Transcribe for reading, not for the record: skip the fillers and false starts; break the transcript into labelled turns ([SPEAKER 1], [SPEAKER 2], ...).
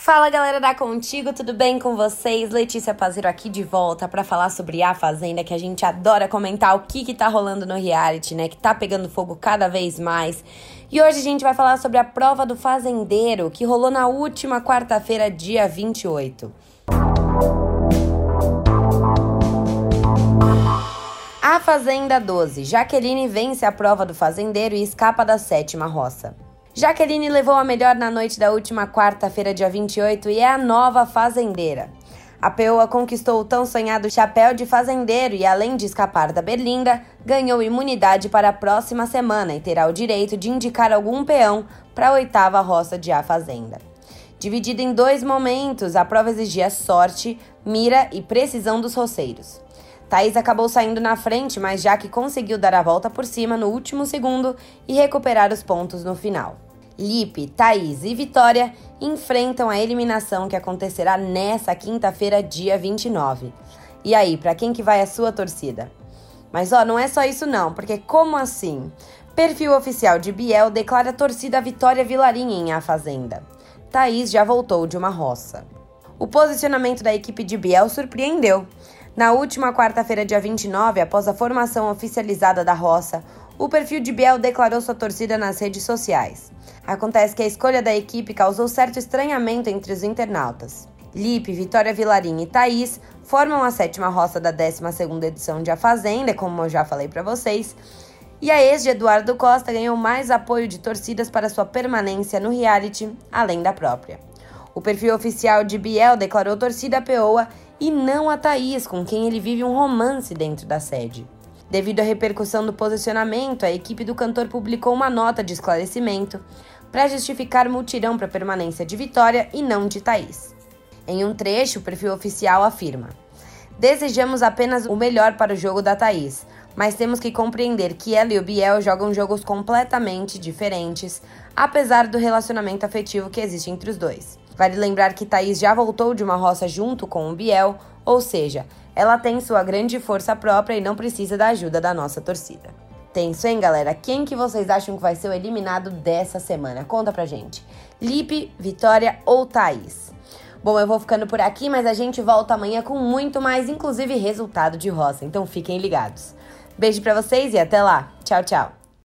[SPEAKER 1] Fala galera da Contigo, tudo bem com vocês? Letícia Pazero aqui de volta pra falar sobre A Fazenda, que a gente adora comentar o que tá rolando no reality, né? Que tá pegando fogo cada vez mais. E hoje a gente vai falar sobre a prova do fazendeiro, que rolou na última quarta-feira, dia 28. A Fazenda 12. Jaqueline vence a prova do fazendeiro e escapa da 7ª roça. Jaqueline levou a melhor na noite da última quarta-feira, dia 28, e é a nova fazendeira. A peoa conquistou o tão sonhado chapéu de fazendeiro e, além de escapar da berlinda, ganhou imunidade para a próxima semana e terá o direito de indicar algum peão para a 8ª roça de A Fazenda. Dividida em 2 momentos, a prova exigia sorte, mira e precisão dos roceiros. Thaís acabou saindo na frente, mas Jaque conseguiu dar a volta por cima no último segundo e recuperar os pontos no final. Lipe, Thaís e Vitória enfrentam a eliminação que acontecerá nessa quinta-feira, dia 29. E aí, pra quem que vai a sua torcida? Mas não é só isso não, porque como assim? Perfil oficial de Biel declara torcida a Vitória Vilarim em A Fazenda. Thaís já voltou de uma roça. O posicionamento da equipe de Biel surpreendeu. Na última quarta-feira, dia 29, após a formação oficializada da roça, o perfil de Biel declarou sua torcida nas redes sociais. Acontece que a escolha da equipe causou certo estranhamento entre os internautas. Lipe, Vitória Vilarim e Thaís formam a 7ª roça da 12ª edição de A Fazenda, como eu já falei para vocês, e a ex de Eduardo Costa ganhou mais apoio de torcidas para sua permanência no reality, além da própria. O perfil oficial de Biel declarou torcida a peoa e não a Thaís, com quem ele vive um romance dentro da sede. Devido à repercussão do posicionamento, a equipe do cantor publicou uma nota de esclarecimento para justificar mutirão para permanência de Vitória e não de Thaís. Em um trecho, o perfil oficial afirma: "Desejamos apenas o melhor para o jogo da Thaís, mas temos que compreender que ela e o Biel jogam jogos completamente diferentes, apesar do relacionamento afetivo que existe entre os dois. Vale lembrar que Thaís já voltou de uma roça junto com o Biel, ou seja, ela tem sua grande força própria e não precisa da ajuda da nossa torcida." Tenso, hein, galera? Quem que vocês acham que vai ser o eliminado dessa semana? Conta pra gente. Lipe, Vitória ou Thaís? Bom, eu vou ficando por aqui, mas a gente volta amanhã com muito mais, inclusive resultado de roça. Então fiquem ligados. Beijo pra vocês e até lá. Tchau, tchau.